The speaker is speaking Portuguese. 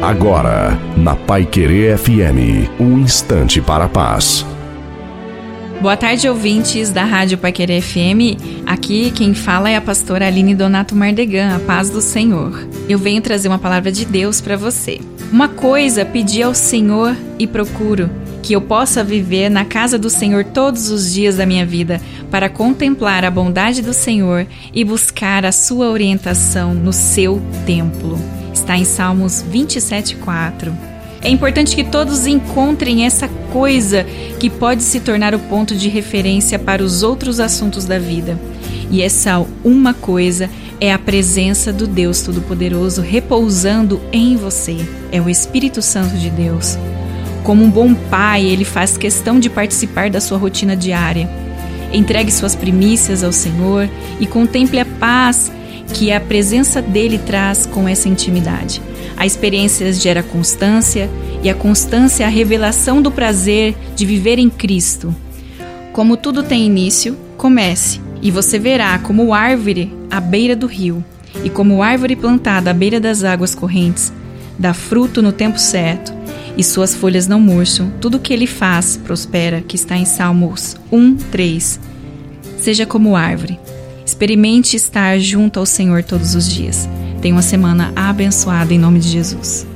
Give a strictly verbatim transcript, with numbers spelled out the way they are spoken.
Agora, na Paiquerê F M, um instante para a paz. Boa tarde, ouvintes da Rádio Paiquerê F M. Aqui quem fala é a pastora Aline Donato Mardegan, a paz do Senhor. Eu venho trazer uma palavra de Deus para você. Uma coisa pedi ao Senhor e procuro, que eu possa viver na casa do Senhor todos os dias da minha vida, para contemplar a bondade do Senhor e buscar a sua orientação no seu templo. Está em Salmos vinte e sete, quatro. É importante que todos encontrem essa coisa que pode se tornar o ponto de referência para os outros assuntos da vida. E essa uma coisa é a presença do Deus Todo-Poderoso repousando em você. É o Espírito Santo de Deus. Como um bom pai, ele faz questão de participar da sua rotina diária. Entregue suas primícias ao Senhor e contemple a paz que a presença dele traz com essa intimidade. A experiência gera constância e a constância é a revelação do prazer de viver em Cristo. Como tudo tem início, comece, e você verá como árvore à beira do rio e como árvore plantada à beira das águas correntes dá fruto no tempo certo e suas folhas não murcham. Tudo o que ele faz prospera, que está em Salmos um, três. Seja como árvore. Experimente estar junto ao Senhor todos os dias. Tenha uma semana abençoada em nome de Jesus.